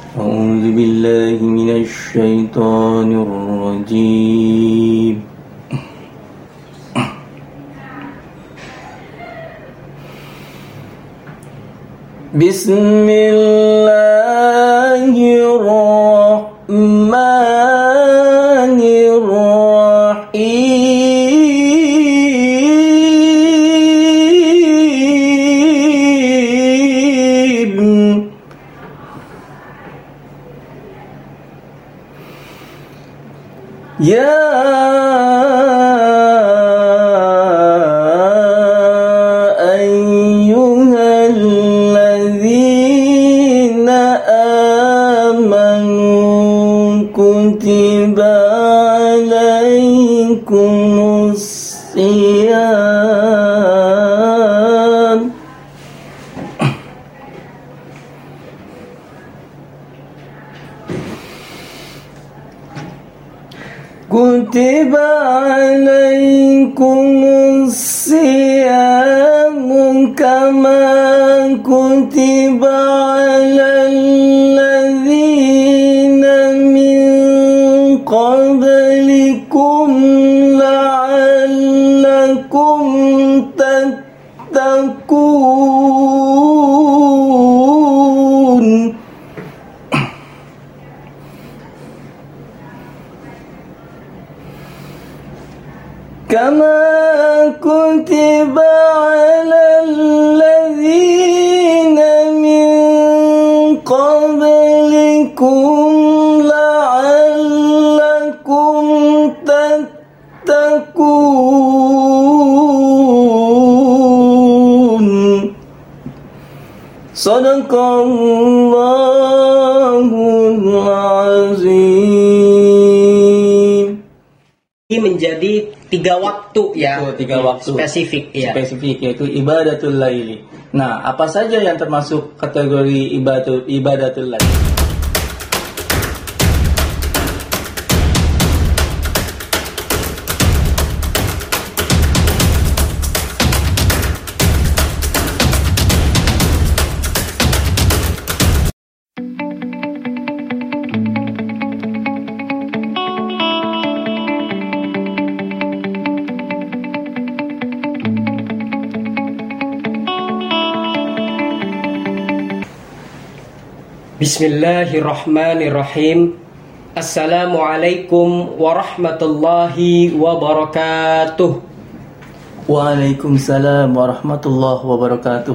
أعوذ بالله من الشيطان الرجيم بسم الله الرحمن الرحيم يا أيها الذين آمنوا كتب عليكم الصيام كتب عليكم الصيام كما كتب على الذين من قبلكم لعلكم تتقون كما كتب على الذين من قبلكم لعلكم تتقون صدق الله العظيم. Menjadi 3 waktu ya. Itu 3 waktu spesifik ya. Spesifik yaitu ibadatul laili. Nah, apa saja yang termasuk kategori ibadatul laili? Bismillahirrahmanirrahim. Assalamualaikum warahmatullahi wabarakatuh. Waalaikumsalam warahmatullahi wabarakatuh.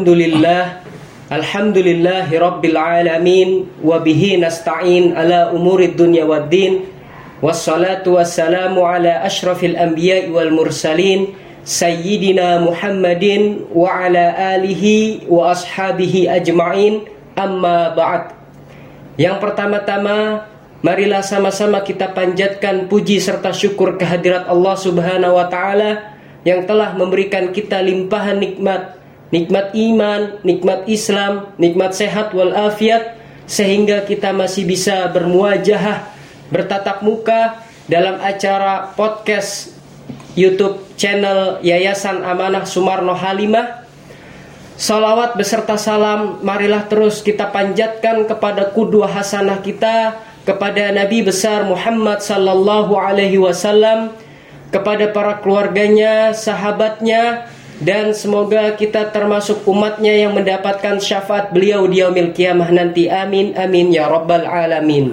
Alhamdulillahi rabbil alamin. Wabihi nasta'in ala umurid dunya waddin. Wassalatu wassalamu ala ashrafil anbiya'i wal mursalin Sayyidina Muhammadin wa ala alihi wa ashabihi ajma'in. Amma ba'd. Yang pertama-tama, marilah sama-sama kita panjatkan puji serta syukur kehadirat Allah Subhanahu wa taala yang telah memberikan kita limpahan nikmat iman, nikmat Islam, nikmat sehat wal afiat, sehingga kita masih bisa bermuajahah, bertatap muka dalam acara podcast YouTube channel Yayasan Amanah Sumarno Halimah. Salawat beserta salam marilah terus kita panjatkan kepada qudwah hasanah kita, kepada Nabi besar Muhammad sallallahu alaihi wasallam, kepada para keluarganya, sahabatnya, dan semoga kita termasuk umatnya yang mendapatkan syafaat beliau di yaumil qiyamah nanti. Amin amin ya rabbal alamin.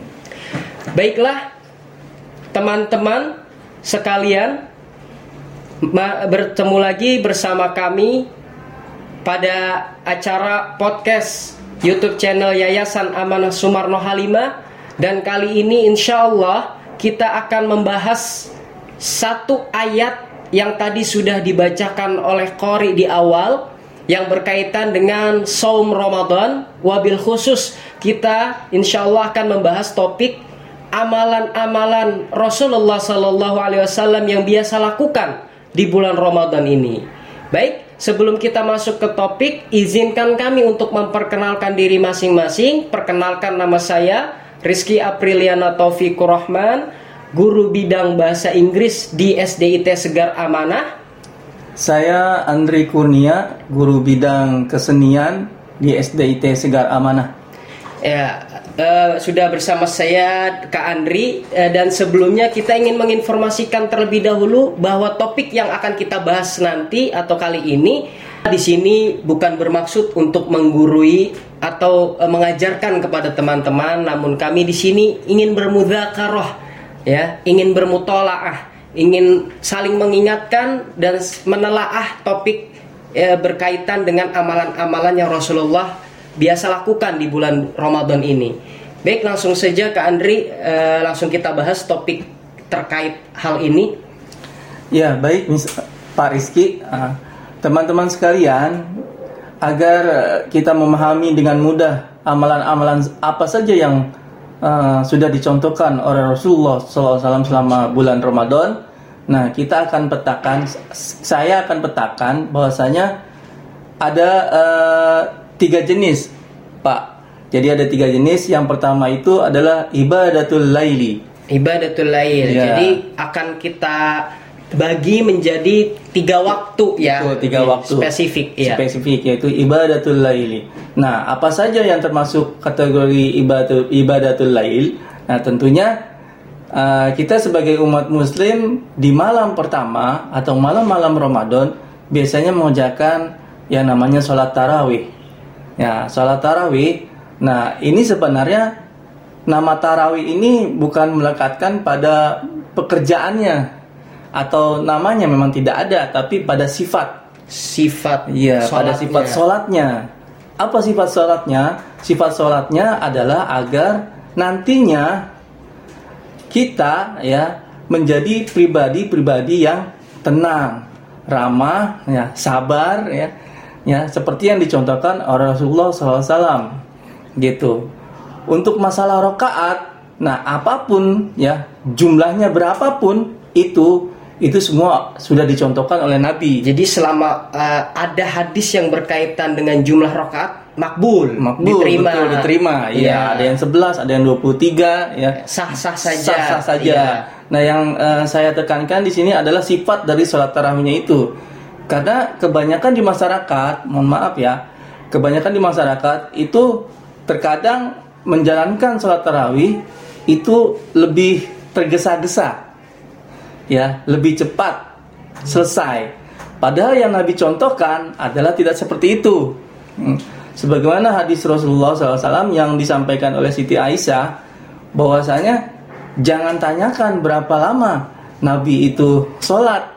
Baiklah teman-teman sekalian, bertemu lagi bersama kami pada acara podcast YouTube channel Yayasan Amanah Sumarno Halimah. Dan kali ini insya Allah kita akan membahas satu ayat yang tadi sudah dibacakan oleh Qori di awal, yang berkaitan dengan saum Ramadan. Wabil khusus kita insya Allah akan membahas topik amalan-amalan Rasulullah SAW yang biasa lakukan di bulan Ramadan ini. Baik, sebelum kita masuk ke topik, izinkan kami untuk memperkenalkan diri masing-masing. Perkenalkan, nama saya Rizky Apriliana Taufikur Rahman, guru bidang bahasa Inggris di SDIT Segar Amanah. Saya Andri Kurnia, guru bidang kesenian di SDIT Segar Amanah. Ya, sudah bersama saya Kak Andri, dan sebelumnya kita ingin menginformasikan terlebih dahulu bahwa topik yang akan kita bahas nanti atau kali ini di sini bukan bermaksud untuk menggurui atau mengajarkan kepada teman-teman, namun kami di sini ingin bermudzakarah, ya, ingin bermutolaah, ingin saling mengingatkan dan menelaah topik berkaitan dengan amalan-amalan yang Rasulullah biasa lakukan di bulan Ramadan ini. Baik, langsung saja Kak Andri, langsung kita bahas topik terkait hal ini. Ya, baik Pak Rizky, teman-teman sekalian, agar kita memahami dengan mudah amalan-amalan apa saja yang sudah dicontohkan oleh Rasulullah SAW selama bulan Ramadan. Nah, kita akan petakan, saya akan petakan bahwasanya ada 3 jenis, Pak. Jadi ada 3 jenis. Yang pertama itu adalah ibadatul laili. Ibadatul lail. Ya. Jadi akan kita bagi menjadi 3 waktu, ya. Itu 3 waktu spesifik, ya. Spesifik, yaitu ibadatul laili. Nah, apa saja yang termasuk kategori ibadatul lail? Nah, tentunya kita sebagai umat muslim di malam pertama atau malam-malam Ramadan biasanya mengerjakan yang namanya sholat tarawih. Ya, sholat tarawih. Nah, ini sebenarnya nama tarawih ini bukan melekatkan pada pekerjaannya atau namanya, memang tidak ada, tapi pada sifat. Iya, pada sifat sholatnya. Apa sifat sholatnya? Sifat sholatnya adalah agar nantinya kita, ya, menjadi pribadi-pribadi yang tenang, ramah, ya, sabar, ya, seperti yang dicontohkan oleh Rasulullah SAW, gitu. Untuk masalah rakaat, nah apapun, ya, jumlahnya berapapun itu semua sudah dicontohkan oleh Nabi. Jadi selama ada hadis yang berkaitan dengan jumlah rakaat, makbul, diterima. Betul, diterima. Ya, ada yang 11, ada yang 23, ya. Sah-sah saja. Ya. Nah, yang saya tekankan di sini adalah sifat dari sholat tarawihnya itu. Karena kebanyakan di masyarakat, mohon maaf ya, kebanyakan di masyarakat itu terkadang menjalankan sholat tarawih itu lebih tergesa-gesa, ya, lebih cepat selesai. Padahal yang Nabi contohkan adalah tidak seperti itu. Sebagaimana hadis Rasulullah SAW yang disampaikan oleh Siti Aisyah, bahwasanya jangan tanyakan berapa lama Nabi itu sholat,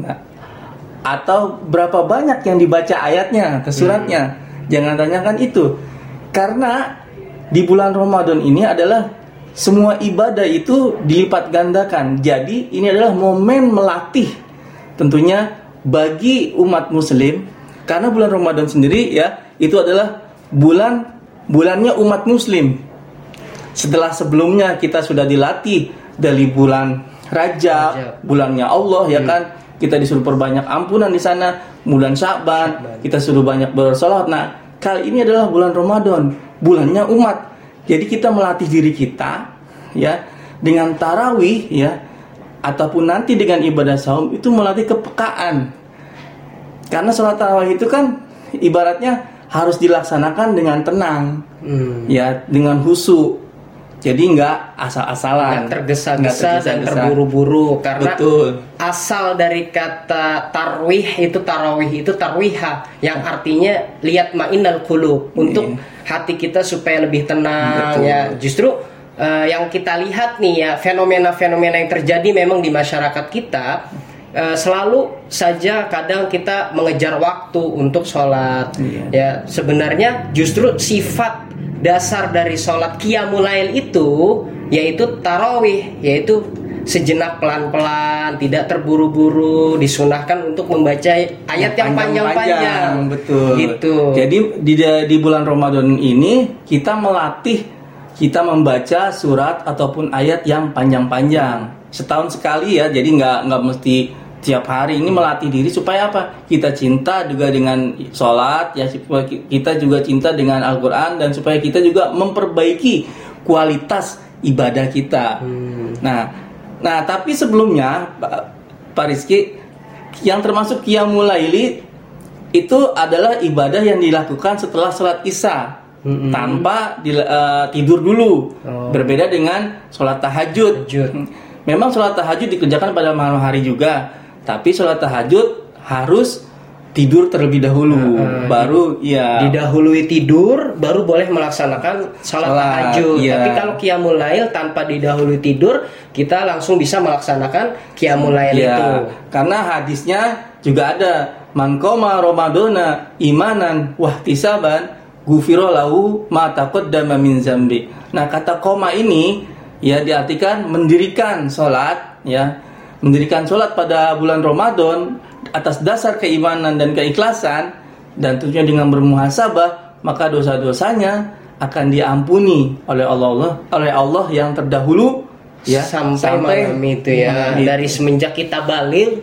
atau berapa banyak yang dibaca ayatnya atau suratnya. Jangan tanyakan itu. Karena di bulan Ramadan ini adalah semua ibadah itu dilipat gandakan. Jadi ini adalah momen melatih tentunya bagi umat muslim. Karena bulan Ramadan sendiri, ya, itu adalah bulannya umat muslim. Setelah sebelumnya kita sudah dilatih dari bulan Rajab, bulannya Allah, ya kan? Kita disuruh perbanyak ampunan di sana. Bulan Sya'ban kita suruh banyak bersolat. Nah, kali ini adalah bulan Ramadan, bulannya umat. Jadi kita melatih diri kita, ya, dengan tarawih, ya, ataupun nanti dengan ibadah saum, itu melatih kepekaan. Karena sholat tarawih itu kan ibaratnya harus dilaksanakan dengan tenang, ya, dengan khusyuk. Jadi nggak asal-asalan, nggak tergesa-gesa dan terburu-buru. Karena betul, asal dari kata tarwih itu tarawih itu tarwiha, yang artinya lihat ma'inal qulub, untuk hati kita supaya lebih tenang. Betul. Ya, justru yang kita lihat nih, ya, fenomena-fenomena yang terjadi memang di masyarakat kita, selalu saja kadang kita mengejar waktu untuk sholat. Ya, sebenarnya justru sifat dasar dari sholat qiyamul lail itu yaitu tarawih, yaitu sejenak pelan-pelan, tidak terburu-buru, disunahkan untuk membaca ayat yang panjang-panjang. Betul. Gitu. Jadi di bulan Ramadan ini kita melatih kita membaca surat ataupun ayat yang panjang-panjang setahun sekali, ya. Jadi nggak mesti tiap hari. Ini melatih diri supaya apa? Kita cinta juga dengan sholat, ya, supaya kita juga cinta dengan Al-Quran, dan supaya kita juga memperbaiki kualitas ibadah kita. Nah, tapi sebelumnya Pak Rizky, yang termasuk qiyamul laili itu adalah ibadah yang dilakukan setelah sholat isya. tanpa tidur dulu. Berbeda dengan sholat tahajud. Memang sholat tahajud dikerjakan pada malam hari juga, tapi sholat tahajud harus tidur terlebih dahulu, baru didahului tidur, baru boleh melaksanakan sholat tahajud. Tapi kalau qiyamul lail tanpa didahului tidur, kita langsung bisa melaksanakan qiyamul lail itu. Karena hadisnya juga ada, man qoma ramadhana imanan wahtisaban ghufira lahu ma taqaddama min zambi. Nah, kata qoma ini ya diartikan mendirikan sholat, ya, mendirikan sholat pada bulan Ramadan atas dasar keimanan dan keikhlasan, dan tentunya dengan bermuhasabah, maka dosa-dosanya akan diampuni oleh Allah yang terdahulu, ya, sampai malam itu ya. Dari semenjak kita balik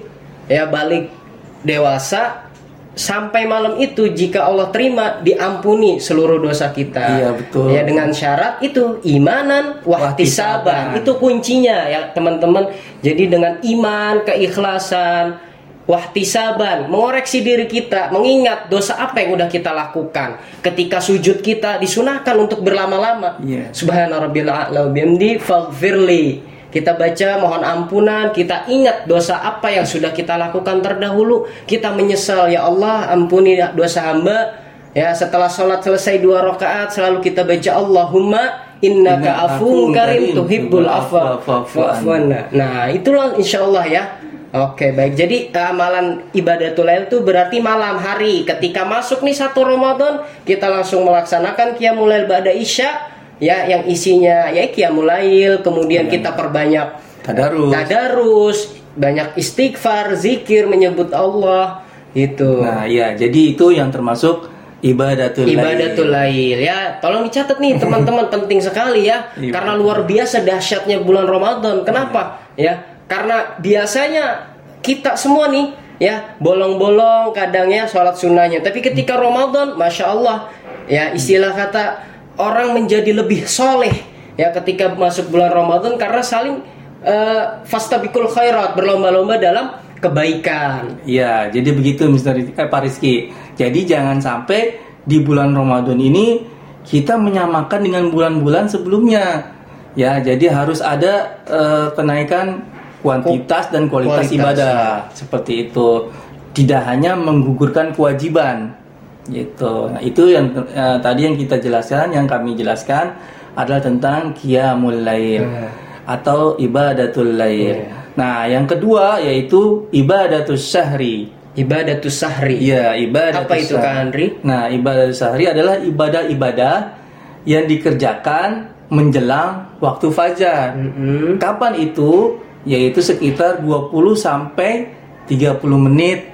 dewasa sampai malam itu, jika Allah terima, diampuni seluruh dosa kita. Iya, betul. Ya, dengan syarat itu imanan wahtisaban. Itu kuncinya ya, teman-teman. Jadi dengan iman, keikhlasan, wahtisaban, mengoreksi diri kita, mengingat dosa apa yang udah kita lakukan. Ketika sujud kita disunahkan untuk berlama-lama. Subhana rabbil a'la wa bihamdi faghfirli. Kita baca mohon ampunan, kita ingat dosa apa yang sudah kita lakukan terdahulu, kita menyesal, ya Allah ampuni dosa hamba. Ya, setelah sholat selesai 2 rakaat selalu kita baca Allahumma innaka afuwun karim tuhibbul afwa fa'fu anna. Nah, itulah insyaallah ya. Oke, baik. Jadi amalan ibadatul lail itu berarti malam hari. Ketika masuk nih 1 Ramadan, kita langsung melaksanakan qiyamul lail ba'da isya. Ya, yang isinya ya qiyamul lail, kemudian kita perbanyak tadarus, banyak istighfar, zikir, menyebut Allah gitu. Nah, ya, jadi itu yang termasuk ibadatul lail. Ya, tolong dicatat nih teman-teman, penting sekali ya. Karena luar biasa dahsyatnya bulan Ramadan. Kenapa? Ya, karena biasanya kita semua nih ya bolong-bolong kadang ya sholat sunnahnya, tapi ketika Ramadan, masya Allah ya, istilah kata orang menjadi lebih soleh ya ketika masuk bulan Ramadan, karena saling fastabiqul khairat, berlomba-lomba dalam kebaikan. Ya, jadi begitu Pak Rizky. Jadi jangan sampai di bulan Ramadan ini kita menyamakan dengan bulan-bulan sebelumnya. Ya, jadi harus ada kenaikan kuantitas dan kualitas ibadah seperti itu. Tidak hanya menggugurkan kewajiban. Gitu. Nah, itu yang tadi yang kita jelaskan, yang kami jelaskan adalah tentang qiyamul lail atau ibadatul lail. Nah, yang kedua yaitu ibadatus syahri. Ibadatus syahri. Iya, ibadah. Apa itu Kak Andri? Nah, ibadah syahri adalah ibadah-ibadah yang dikerjakan menjelang waktu fajar. Kapan itu? Yaitu sekitar 20 sampai 30 menit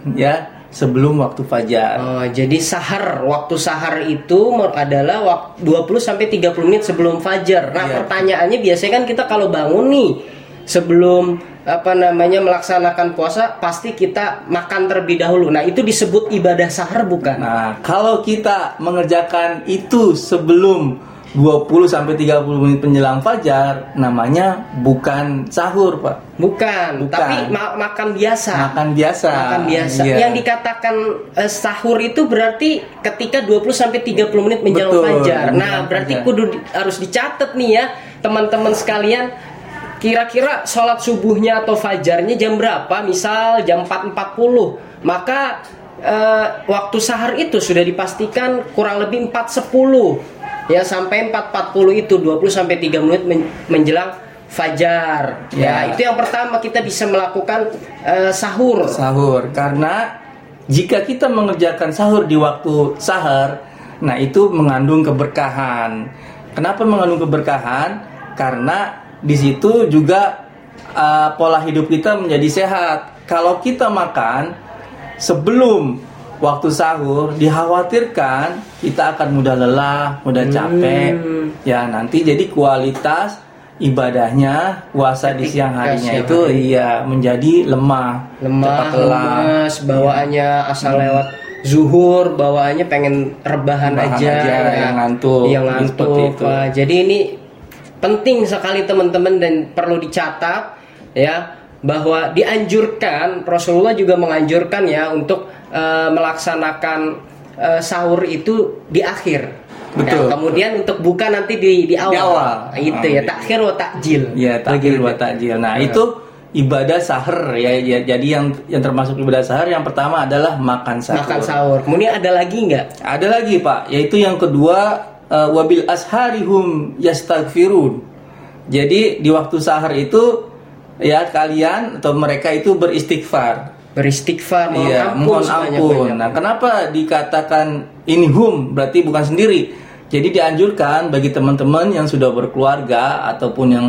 ya sebelum waktu fajar. Oh, jadi waktu sahar itu adalah 20 sampai 30 menit sebelum fajar. Nah, pertanyaannya biasanya kan kita kalau bangun nih sebelum melaksanakan puasa, pasti kita makan terlebih dahulu. Nah, itu disebut ibadah sahar bukan? Nah, kalau kita mengerjakan itu sebelum 20 sampai 30 menit menjelang fajar, namanya bukan sahur, Pak. Bukan. Tapi makan biasa. Makan biasa. Yeah. Yang dikatakan sahur itu berarti ketika 20 sampai 30 menit menjelang fajar. Nah, berarti harus dicatat nih ya, teman-teman sekalian. Kira-kira sholat subuhnya atau fajarnya jam berapa? Misal jam 4.40. Maka waktu sahar itu sudah dipastikan kurang lebih 4.10. Ya, sampai 4.40 itu 20 sampai 3 menit menjelang fajar. Ya, itu yang pertama kita bisa melakukan sahur. Karena jika kita mengerjakan sahur di waktu sahar, nah itu mengandung keberkahan. Kenapa mengandung keberkahan? Karena di situ juga pola hidup kita menjadi sehat. Kalau kita makan sebelum waktu sahur, dikhawatirkan kita akan mudah lelah, mudah capek. Ya, nanti jadi kualitas ibadahnya, puasa di siang harinya itu menjadi lemah, cepat lemas, bawaannya asal lewat zuhur, bawaannya pengen rebahan aja yang ngantuk. Itu. Jadi ini penting sekali teman-teman, dan perlu dicatat ya, bahwa dianjurkan, Rasulullah juga menganjurkan ya untuk melaksanakan sahur itu di akhir Betul. Ya, kemudian untuk buka nanti di awal. Di awal. Itu ya, takhir wa takjil. Ya, takhir wa takjil. Nah, itu ibadah sahur ya. Jadi yang termasuk ibadah sahur yang pertama adalah makan sahur. Makan sahur. Kemudian ada lagi nggak? Ada lagi, Pak, yaitu yang kedua wabil asharihum yastaghfirun. Jadi di waktu sahur itu ya kalian atau mereka itu beristighfar. Mohon ampun. Nah, kenapa dikatakan ini berarti bukan sendiri. Jadi dianjurkan bagi teman-teman yang sudah berkeluarga ataupun yang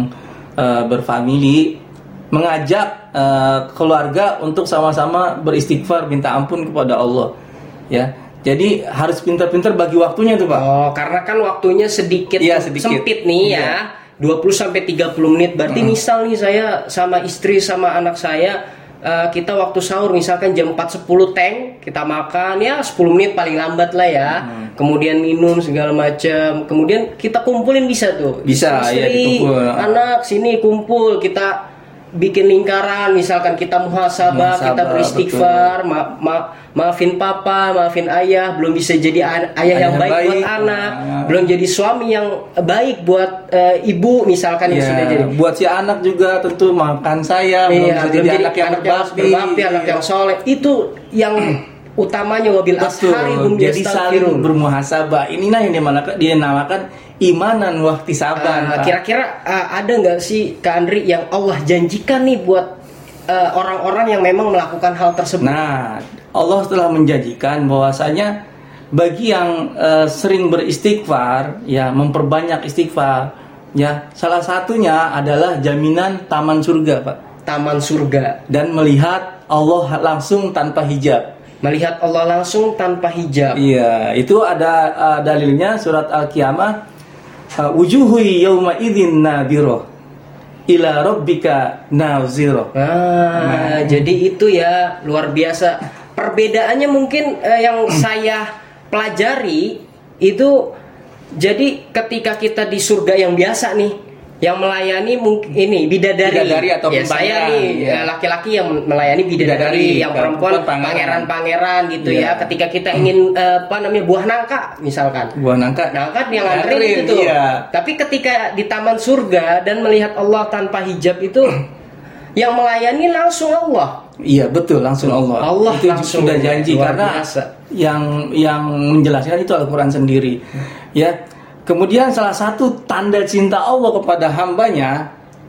berfamili mengajak keluarga untuk sama-sama beristighfar minta ampun kepada Allah. Ya. Jadi harus pintar-pintar bagi waktunya tuh, Pak. Oh, karena kan waktunya sedikit sempit nih ya. 20 sampai 30 menit. Berarti misal nih saya sama istri sama anak saya kita waktu sahur misalkan jam 4.10 kita makan ya 10 menit paling lambat lah ya. Kemudian minum segala macam. Kemudian kita kumpulin bisa tuh. Bisa istri, ya, anak sini kumpul, kita bikin lingkaran, misalkan kita muhasabah, kita beristighfar, maafin papa, maafin ayah, belum bisa jadi ayah yang baik buat anak, belum jadi suami yang baik buat ibu misalkan yang sudah jadi. Buat si anak juga tentu maafkan saya, belum bisa jadi anak yang berbakti, anak yang soleh. Itu yang utamanya wabil ashari hum jadi saling bermuhasabah. Inilah yang dinamakan imanan wahtisaban. Kira-kira ada nggak sih Kak Andri yang Allah janjikan nih buat orang-orang yang memang melakukan hal tersebut? Nah, Allah telah menjanjikan bahwasanya bagi yang sering beristighfar, ya memperbanyak istighfar, ya salah satunya adalah jaminan taman surga, Pak. Taman surga dan melihat Allah langsung tanpa hijab. Melihat Allah langsung tanpa hijab. Iya, itu ada dalilnya surat Al-Qiyamah. Wujuhu yawma idzin nadhirah ila rabbika nazirah. Jadi itu ya luar biasa. Perbedaannya mungkin yang saya pelajari itu, jadi ketika kita di surga yang biasa nih, yang melayani mungkin ini bidadari atau ya, saya nih laki-laki yang melayani bidadari, yang perempuan pangeran gitu ya. Ketika kita ingin buah nangka misalkan, buah nangka yang nganterin itu. Tapi ketika di taman surga dan melihat Allah tanpa hijab itu yang melayani langsung Allah. Iya, betul, langsung Allah. Itu langsung sudah janji karena yang menjelaskan itu Al-Qur'an sendiri. Ya. Kemudian salah satu tanda cinta Allah kepada hambanya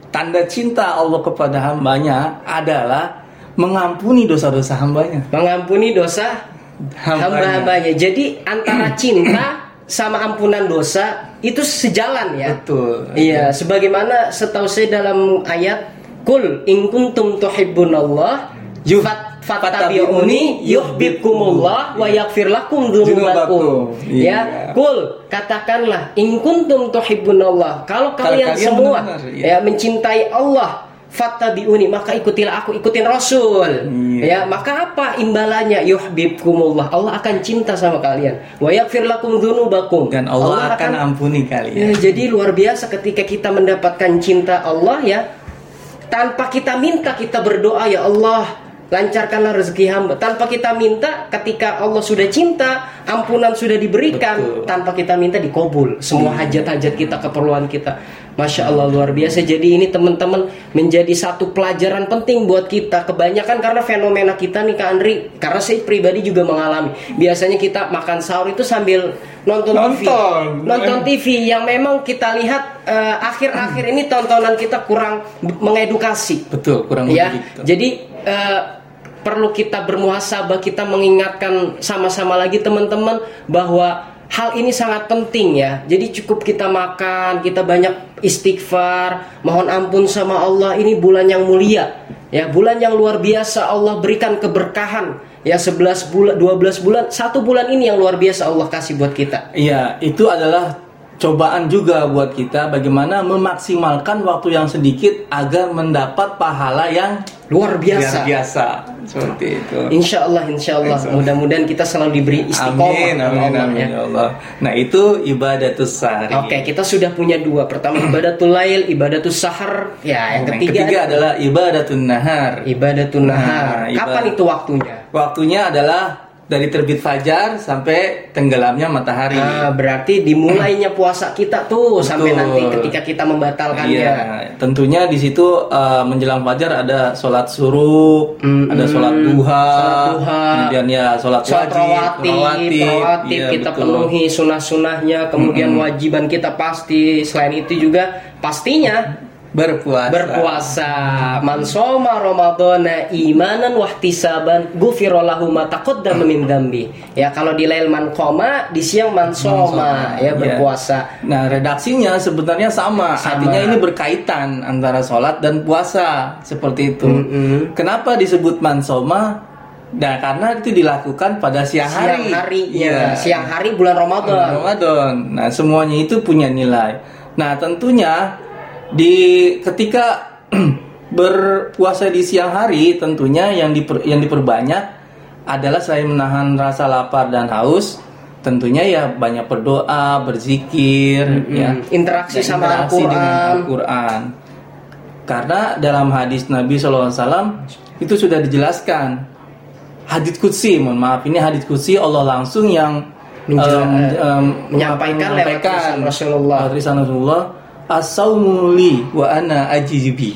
adalah mengampuni dosa-dosa hambanya. Mengampuni dosa hamba-hambanya. Jadi antara cinta sama ampunan dosa itu sejalan ya. Betul. Iya, sebagaimana setahu saya dalam ayat Qul in kuntum tuhibbunallah fattabi'uni yuhibbukumullah wa yaghfir lakum dzunubakum. Ya, Qul, katakanlah in kuntum tuhibbunallah, kalau kalian semua mencintai Allah, fattabi'uni, maka ikutilah aku, ikutin Rasul. Ya, maka apa imbalannya? Yuhibbukumullah, Allah akan cinta sama kalian. Wa yaghfir lakum dzunubakum, dan Allah akan ampuni kalian. Jadi luar biasa ketika kita mendapatkan cinta Allah ya. Tanpa kita minta, kita berdoa, ya Allah lancarkanlah rezeki hamba. Tanpa kita minta, ketika Allah sudah cinta, ampunan sudah diberikan. Betul. Tanpa kita minta, dikabul semua hajat-hajat kita, keperluan kita. Masya Allah, luar biasa. Jadi ini teman-teman menjadi satu pelajaran penting buat kita. Kebanyakan karena fenomena kita nih Kak Andri, karena saya pribadi juga mengalami. Biasanya kita makan sahur itu sambil nonton TV yang memang kita lihat akhir-akhir ini tontonan kita kurang mengedukasi. Betul, kurang ya. Jadi perlu kita bermuhasabah, kita mengingatkan sama-sama lagi teman-teman bahwa hal ini sangat penting ya. Jadi cukup kita makan, kita banyak istighfar, mohon ampun sama Allah. Ini bulan yang mulia ya, bulan yang luar biasa. Allah berikan keberkahan ya, 11 bulan, 12 bulan, 1 bulan ini yang luar biasa Allah kasih buat kita. Iya, itu adalah cobaan juga buat kita bagaimana memaksimalkan waktu yang sedikit agar mendapat pahala yang luar biasa. Seperti itu. Insya Allah. Mudah-mudahan kita selalu diberi istiqomah. Amin. Ya Allah. Nah, itu ibadatus sahar. Oke, kita sudah punya 2. Pertama ibadatul lail, ibadatus sahar. Ya, yang ketiga adalah ibadatun nahar. Ibadatun nahar. Kapan itu waktunya? Waktunya adalah dari terbit fajar sampai tenggelamnya matahari. Berarti dimulainya puasa kita tuh sampai nanti ketika kita membatalkannya. Iya, tentunya di situ menjelang fajar ada sholat suruh, ada sholat duha, kemudian ya sholat rawatib, iya, kita betul. penuhi sunah-sunahnya, kemudian wajiban kita pasti. Selain itu juga pastinya berpuasa. Man shoma ramadhana imanan wahtisaban ghufira lahu ma taqaddama min dzambi. Ya, kalau di lail man qoma, di siang man shoma, ya berpuasa. Nah, redaksinya sebenarnya sama. Artinya ini berkaitan antara sholat dan puasa, seperti itu. Kenapa disebut man shoma? Nah, karena itu dilakukan pada siang hari. Siang hari bulan Ramadan. Nah, semuanya itu punya nilai. Nah, tentunya ketika berpuasa di siang hari, tentunya yang diperbanyak adalah selain menahan rasa lapar dan haus, tentunya ya banyak berdoa, berzikir, ya, interaksi sama Al-Quran. Karena dalam hadis Nabi SAW itu sudah dijelaskan, hadits qudsi, mohon maaf, ini hadits qudsi Allah langsung yang menyampaikan lewat Rasulullah. As-saumu li wa ana ajibi.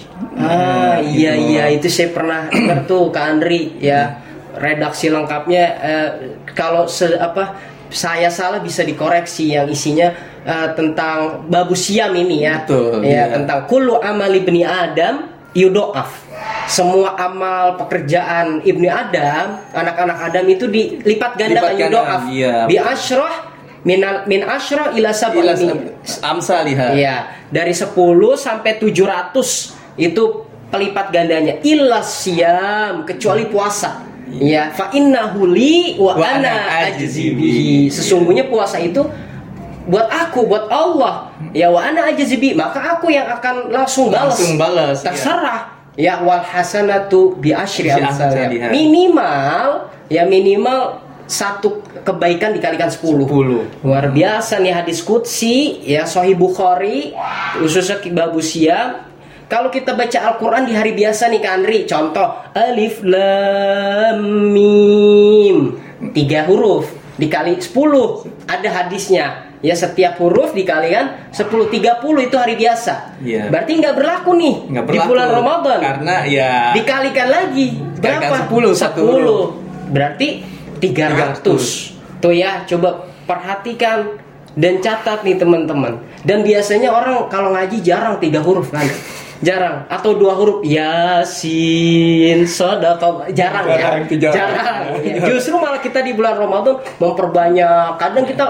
Iya, itu saya pernah dengar tuh Kak Andri ya. Redaksi lengkapnya kalau saya salah bisa dikoreksi, yang isinya tentang babu siam ini ya. Betul, tentang kullu amali ibni Adam yudoaf. Semua amal pekerjaan ibni Adam, anak-anak Adam itu dilipat gandakan yudoaf. Bi asyrah min asyra ila sab'ini amsalihah. Iya, dari 10 sampai 700 itu pelipat gandanya. Illa siyam, kecuali puasa. Ya, fa innahu li wa ana ajzi bihi. Sesungguhnya puasa itu buat aku, buat Allah. Ya, wa ana ajzi bihi, maka aku yang akan langsung balas. Terserah. Ya, wal hasanatu bi asyri amsalihah. Minimal satu kebaikan dikalikan 10. Luar biasa nih hadis qudsi ya, Sahih Bukhari, khususnya babu siam. Kalau kita baca Al-Quran di hari biasa nih Kak Andri, contoh alif lam mim, 3 huruf dikali 10, ada hadisnya ya, setiap huruf dikalikan 10, 30 itu hari biasa. Berarti nggak berlaku nih di bulan Ramadan, karena ya dikalikan lagi berapa? 10. Berarti 300. Tuh ya, coba perhatikan dan catat nih teman-teman. Dan biasanya orang kalau ngaji jarang 3 huruf kan. Jarang, atau 2 huruf Yasin, Shadaqah, jarang. Justru malah kita di bulan Ramadan memperbanyak. Kadang kita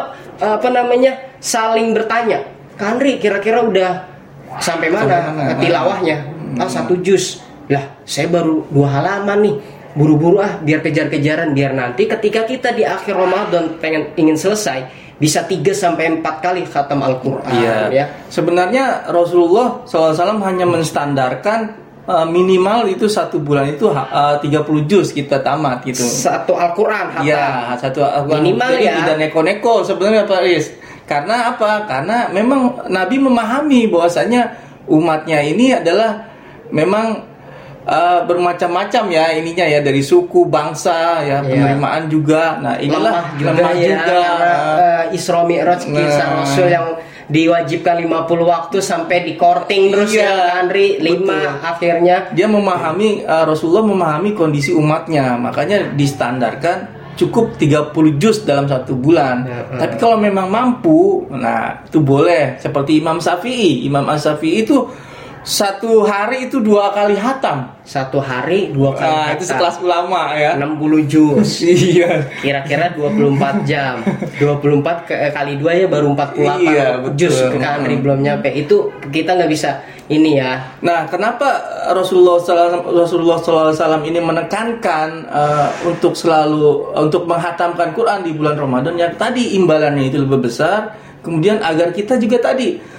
saling bertanya, Kak Andri kira-kira udah sampai mana tilawahnya? 1 juz. Lah, saya baru 2 halaman nih. Buru-buru biar kejar-kejaran, biar nanti ketika kita di akhir Ramadan ingin selesai bisa 3 sampai 4 kali khatam Al-Qur'an. Ya. Sebenarnya Rasulullah SAW hanya menstandarkan minimal itu 1 bulan itu 30 juz kita tamat gitu. Satu Al-Qur'an khatam. Iya, 1 Al-Qur'an. Minimal. Jadi ya. Tidak neko-neko sebenarnya Pak Riz. Karena apa? Karena memang Nabi memahami bahwasanya umatnya ini adalah memang bermacam-macam ya ininya ya, dari suku, bangsa ya, penerimaan juga. Nah, inilah lemah juga. Isra Mi'raj kisah Rasul yang diwajibkan 50 waktu sampai di korting terus ya Andri 5 akhirnya. Dia memahami, Rasulullah memahami kondisi umatnya, makanya distandarkan cukup 30 juz dalam 1 bulan. Tapi kalau memang mampu, nah itu boleh. Seperti Imam Syafi'i itu 1 hari itu 2 kali hatam. 1 hari 2 kali hatam. Itu sekelas ulama ya. 60 juz. Iya. Kira-kira 24 jam. 24 kali 2 ya baru 48 juz. Ke Andri belum nyampe. Itu kita nggak bisa ini ya. Nah, kenapa Rasulullah SAW ini menekankan untuk menghatamkan Quran di bulan Ramadan, yang tadi imbalannya itu lebih besar. Kemudian agar kita juga tadi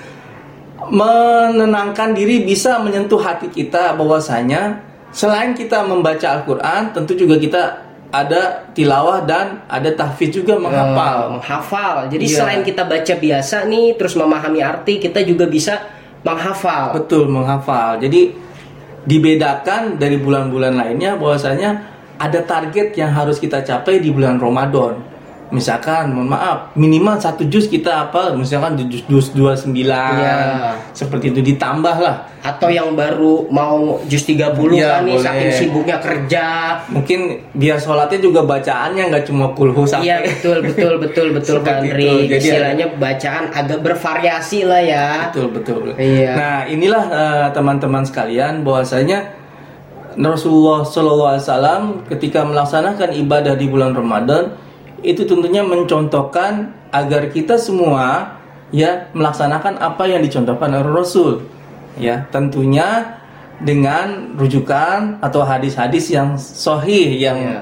menenangkan diri, bisa menyentuh hati kita bahwasanya selain kita membaca Al-Quran, tentu juga kita ada tilawah dan ada tahfidz juga, menghafal. Jadi selain kita baca biasa nih, terus memahami arti, kita juga bisa menghafal. Betul, menghafal. Jadi dibedakan dari bulan-bulan lainnya bahwasanya ada target yang harus kita capai di bulan Ramadan. Misalkan, mohon maaf, minimal 1 juz kita apa, misalkan juz 29, seperti itu, ditambah lah. Atau yang baru mau juz 30 kan nih, saking sibuknya kerja. Mungkin biar sholatnya juga bacaannya nggak cuma kulhu sampai. Iya, betul kan, Ri. Istilahnya bacaan agak bervariasi lah ya. Betul. Iya. Nah, inilah teman-teman sekalian, bahwasanya Rasulullah SAW ketika melaksanakan ibadah di bulan Ramadan itu tentunya mencontohkan agar kita semua ya melaksanakan apa yang dicontohkan oleh Rasul, ya tentunya dengan rujukan atau hadis-hadis yang sahih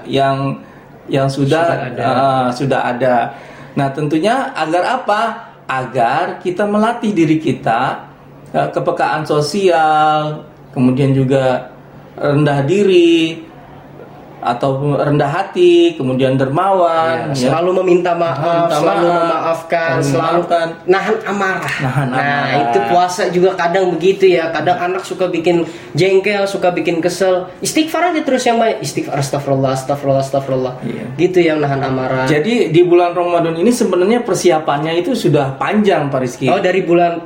yang sudah ada. Nah, tentunya agar apa? Agar kita melatih diri kita kepekaan sosial, kemudian juga rendah diri atau rendah hati, kemudian dermawan, selalu meminta maaf, selalu memaafkan, selalu nahan amarah. Nah, itu puasa juga kadang begitu ya. Kadang anak suka bikin jengkel, suka bikin kesel. Istighfar aja terus yang banyak. Istighfar, astagfirullah. Gitu yang nahan amarah. Jadi di bulan Ramadan ini sebenarnya persiapannya itu sudah panjang, Pak Rizky. Oh, dari bulan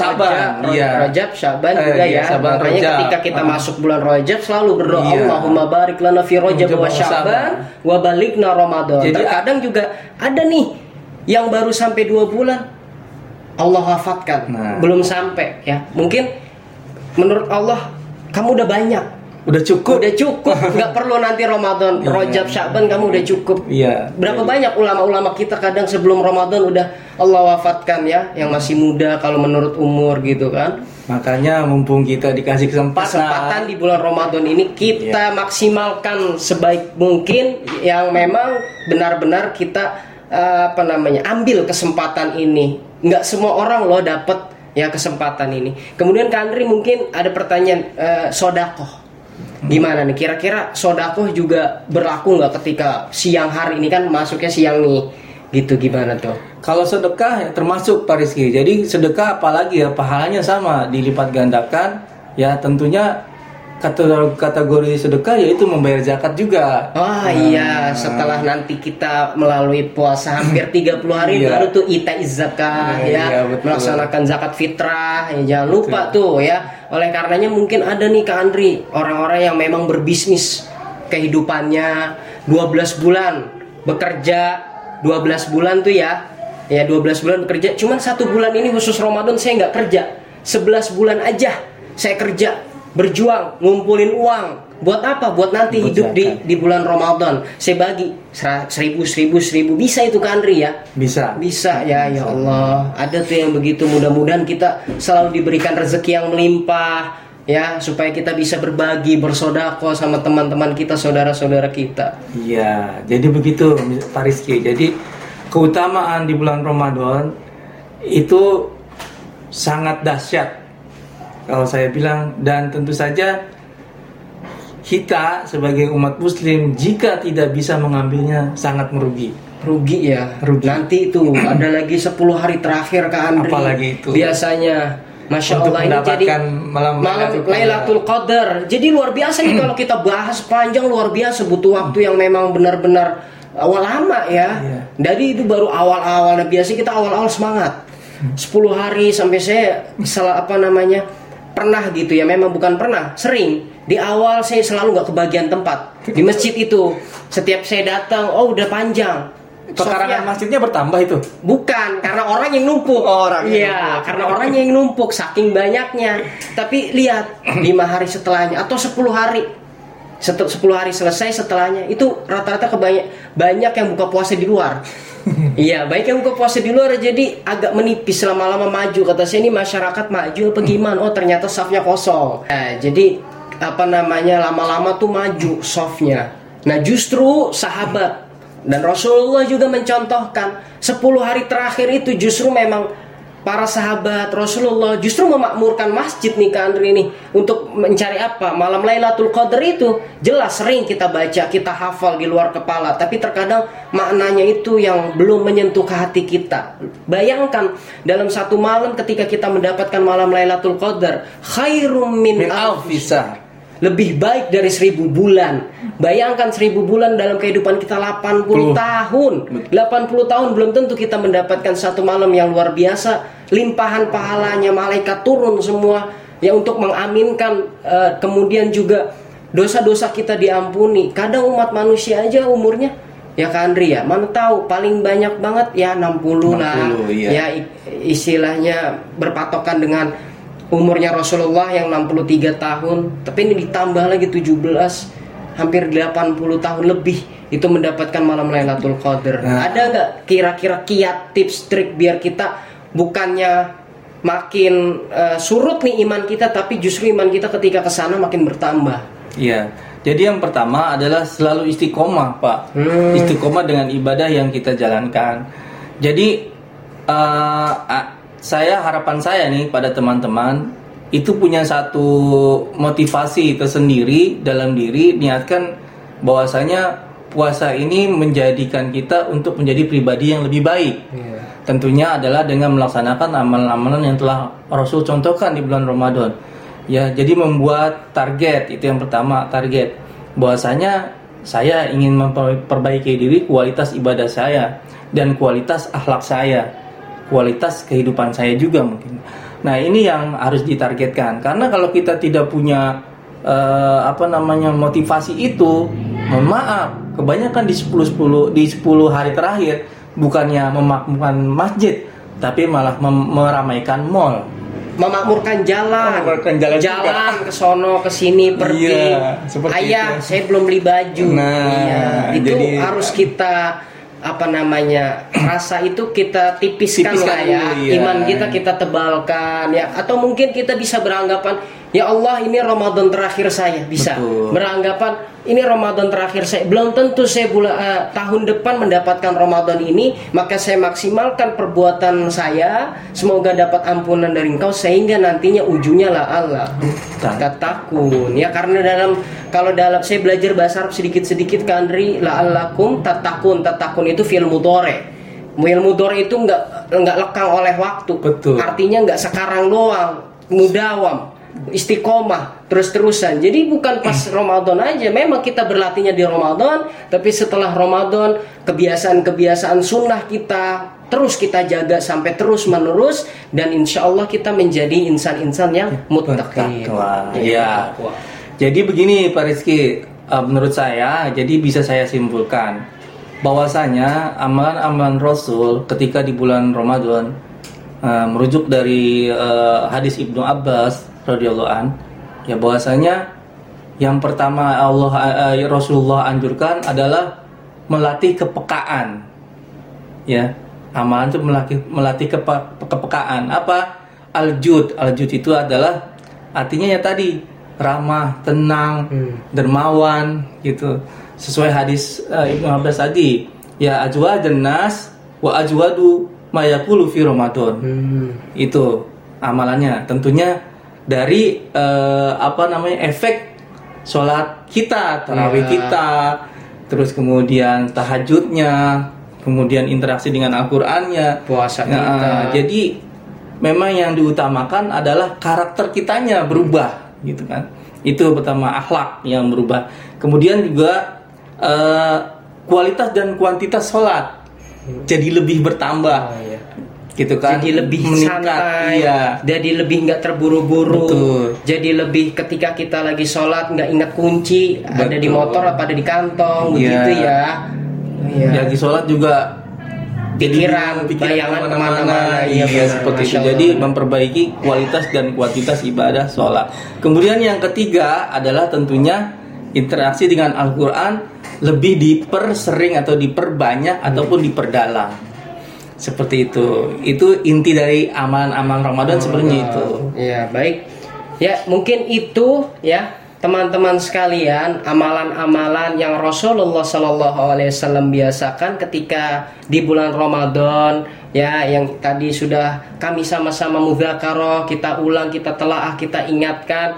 Rajab, Syaban juga ya. Makanya ketika kita masuk bulan Rajab selalu berdoa, Allahumma barik lana fi Rajab wa Syaban wa balikna Ramadan. Jadi terkadang juga ada nih yang baru sampai 2 bulan Allah wafatkan, belum sampai ya. Mungkin menurut Allah kamu udah banyak, udah cukup, nggak perlu nanti Ramadan, Rajab, Syaban, kamu udah cukup. Berapa banyak ulama-ulama kita kadang sebelum Ramadan udah Allah wafatkan ya, yang masih muda kalau menurut umur gitu kan. Makanya mumpung kita dikasih kesempatan di bulan Ramadan ini kita maksimalkan sebaik mungkin, yang memang benar-benar kita ambil kesempatan ini. Nggak semua orang loh dapat ya kesempatan ini. Kemudian Kak Andri mungkin ada pertanyaan, sodakoh gimana nih, kira-kira sodakoh juga berlaku nggak ketika siang hari ini, kan masuknya siang nih gitu, gimana tuh? Kalau sedekah ya termasuk, Pak Rizky. Jadi sedekah apalagi ya, pahalanya sama, dilipat gandakan. Ya tentunya kategori sedekah yaitu membayar zakat juga. Iya, setelah nanti kita melalui puasa hampir 30 hari baru tuh zakah melaksanakan zakat fitrah. Jangan lupa tuh ya. Oleh karenanya mungkin ada nih Kak Andri, orang-orang yang memang berbisnis kehidupannya 12 bulan bekerja, 12 bulan tuh ya 12 bulan bekerja, cuman 1 bulan ini khusus Ramadan saya nggak kerja, 11 bulan aja saya kerja, berjuang, ngumpulin uang. Buat apa? Buat nanti hidup di bulan Ramadan. Saya bagi 1.000. Bisa itu Kak Andri ya? Bisa ya. Ya Allah, ada tuh yang begitu. Mudah-mudahan kita selalu diberikan rezeki yang melimpah ya, supaya kita bisa berbagi, bersedekah sama teman-teman kita, saudara-saudara kita. Iya, jadi begitu Pak Rizky. Jadi keutamaan di bulan Ramadan itu sangat dahsyat kalau saya bilang, dan tentu saja kita sebagai umat muslim jika tidak bisa mengambilnya sangat merugi ya. Nanti itu ada lagi 10 hari terakhir Kak Andri. Apalagi itu biasanya Masya Allah, ini jadi malam Lailatul Qadar. Jadi luar biasa nih kalau kita bahas panjang, luar biasa, butuh waktu yang memang benar-benar lama ya. Jadi itu baru awal-awal. Nah, biasanya kita awal-awal semangat 10 hari sampai saya pernah gitu ya, memang bukan pernah, sering di awal saya selalu nggak kebagian tempat di masjid itu. Setiap saya datang, udah panjang. Pekarangan masjidnya bertambah itu? Bukan, karena orang yang numpuk. Karena orang yang numpuk saking banyaknya. Tapi lihat 5 hari setelahnya atau 10 hari. 10 hari selesai setelahnya itu rata-rata banyak yang buka puasa di luar. Iya, baik yang buka puasa di luar, jadi agak menipis, lama-lama maju. Kata saya, ini masyarakat maju apa gimana? Oh, ternyata safnya kosong. Nah, jadi lama-lama tuh maju safnya. Nah, justru sahabat dan Rasulullah juga mencontohkan 10 hari terakhir itu justru memang para sahabat Rasulullah justru memakmurkan masjid nih Kak Andri nih, untuk mencari apa? Malam Lailatul Qadar itu jelas sering kita baca, kita hafal di luar kepala, tapi terkadang maknanya itu yang belum menyentuh ke hati kita. Bayangkan dalam satu malam ketika kita mendapatkan malam Lailatul Qadar, khairum min alfi syahr. lebih baik dari 1000 bulan. Bayangkan 1000 bulan dalam kehidupan kita 80 tahun. 80 tahun belum tentu kita mendapatkan satu malam yang luar biasa. Limpahan pahalanya, malaikat turun semua ya untuk mengaminkan, kemudian juga dosa-dosa kita diampuni. Kadang umat manusia aja umurnya ya Kak Andri ya, mana tahu paling banyak banget ya 60 lah. iya. Ya istilahnya berpatokan dengan umurnya Rasulullah yang 63 tahun, tapi ini ditambah lagi 17, hampir 80 tahun lebih itu mendapatkan malam Lailatul Qadar. Ada nggak kira-kira kiat, tips, trik biar kita bukannya makin surut nih iman kita, tapi justru iman kita ketika kesana makin bertambah? Iya. Jadi yang pertama adalah selalu istiqomah, Pak. Istiqomah dengan ibadah yang kita jalankan. Jadi harapan saya nih pada teman-teman itu punya satu motivasi tersendiri dalam diri, niatkan bahwasanya puasa ini menjadikan kita untuk menjadi pribadi yang lebih baik. Tentunya adalah dengan melaksanakan amalan-amalan yang telah Rasul contohkan di bulan Ramadan. Ya, jadi membuat target, itu yang pertama, target bahwasanya saya ingin memperbaiki diri, kualitas ibadah saya dan kualitas akhlak saya, kualitas kehidupan saya juga mungkin. Nah, ini yang harus ditargetkan, karena kalau kita tidak punya motivasi itu, mohon maaf, kebanyakan di 10 hari terakhir bukannya memakmurkan masjid, tapi malah meramaikan mall. Memakmurkan jalan ke sono ke sini pergi. Iya, ayah itu. Saya belum beli baju. Itu jadi, harus kita rasa itu kita tipiskan lah ya. Dulu, ya. Iman kita tebalkan ya, atau mungkin kita bisa beranggapan ya Allah ini Ramadan terakhir saya, bisa. Betul. Beranggapan ini Ramadan terakhir saya, belum tentu saya tahun depan mendapatkan Ramadan ini, maka saya maksimalkan perbuatan saya, semoga dapat ampunan dari Engkau, sehingga nantinya ujungnya la Allah tatakun ya. Karena kalau dalam saya belajar bahasa Arab sedikit-sedikit Kak Andri, la allakum tatakun itu fi'il mudhari. Fi'il mudhari itu enggak lekang oleh waktu. Betul. Artinya enggak sekarang doang, mudawam, istiqomah terus-terusan. Jadi bukan pas Ramadan aja, memang kita berlatihnya di Ramadan, tapi setelah Ramadan kebiasaan-kebiasaan sunnah kita terus kita jaga sampai terus menerus, dan insya Allah kita menjadi insan-insan yang muttaqin. Ya. Jadi begini Pak Rizky, menurut saya, jadi bisa saya simpulkan bahwasanya amalan-amalan Rasul ketika di bulan Ramadan, merujuk dari hadis Ibnu Abbas radhiyallahu an, ya bahwasanya yang pertama Rasulullah anjurkan adalah melatih kepekaan. Ya, amalan itu melatih kepekaan. Apa? Al-jud itu adalah artinya ya tadi ramah, tenang, dermawan gitu. Sesuai hadis Ibnu Abbas tadi, ya ajwadan nas wa ajwadu ma yaqulu fi Ramadan. Itu amalannya. Tentunya dari efek sholat kita, tarawih kita, terus kemudian tahajudnya, kemudian interaksi dengan Al-Qur'annya, puasa kita. Jadi memang yang diutamakan adalah karakter kitanya berubah, gitu kan. Itu pertama, akhlak yang berubah. Kemudian juga kualitas dan kuantitas sholat jadi lebih bertambah. Gitu kan, jadi lebih santai, jadi lebih nggak terburu-buru. Jadi lebih ketika kita lagi sholat nggak ingat kunci. Betul. Ada di motor apa ada di kantong, begitu ya. Lagi sholat juga pikiran bayangan kemana-mana. Iya, seperti itu. Jadi memperbaiki kualitas dan kuantitas ibadah sholat. Kemudian yang ketiga adalah tentunya interaksi dengan Al-Quran lebih dipersering atau diperbanyak ataupun diperdalam. Seperti itu. Itu inti dari amalan-amalan Ramadan sebenarnya itu. Ya, baik. Ya, mungkin itu ya teman-teman sekalian, amalan-amalan yang Rasulullah SAW biasakan ketika di bulan Ramadan, ya, yang tadi sudah kami sama-sama mudzakarah, kita ulang, kita telaah, kita ingatkan.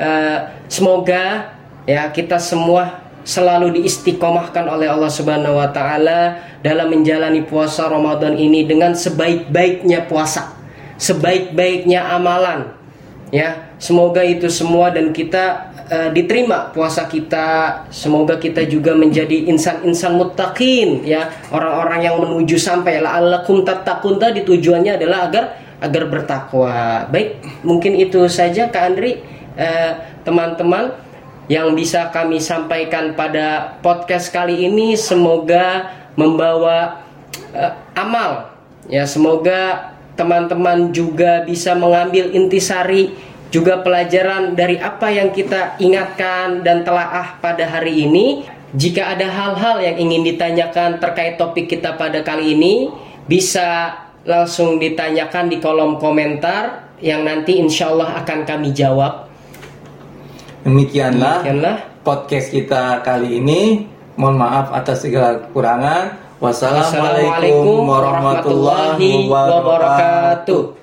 Semoga ya kita semua selalu diistiqomahkan oleh Allah Subhanahu wa taala dalam menjalani puasa Ramadan ini dengan sebaik-baiknya puasa, sebaik-baiknya amalan. Ya, semoga itu semua dan kita diterima puasa kita. Semoga kita juga menjadi insan-insan muttaqin, ya, orang-orang yang menuju sampai la'allakum tattaqun. Tadi tujuannya adalah agar bertakwa. Baik, mungkin itu saja Kak Andri, teman-teman, yang bisa kami sampaikan pada podcast kali ini. Semoga membawa amal, ya, semoga teman-teman juga bisa mengambil intisari, juga pelajaran dari apa yang kita ingatkan dan telaah pada hari ini. Jika ada hal-hal yang ingin ditanyakan terkait topik kita pada kali ini, bisa langsung ditanyakan di kolom komentar yang nanti insya Allah akan kami jawab. Demikianlah podcast kita kali ini. Mohon maaf atas segala kekurangan. Wassalamualaikum warahmatullahi wabarakatuh.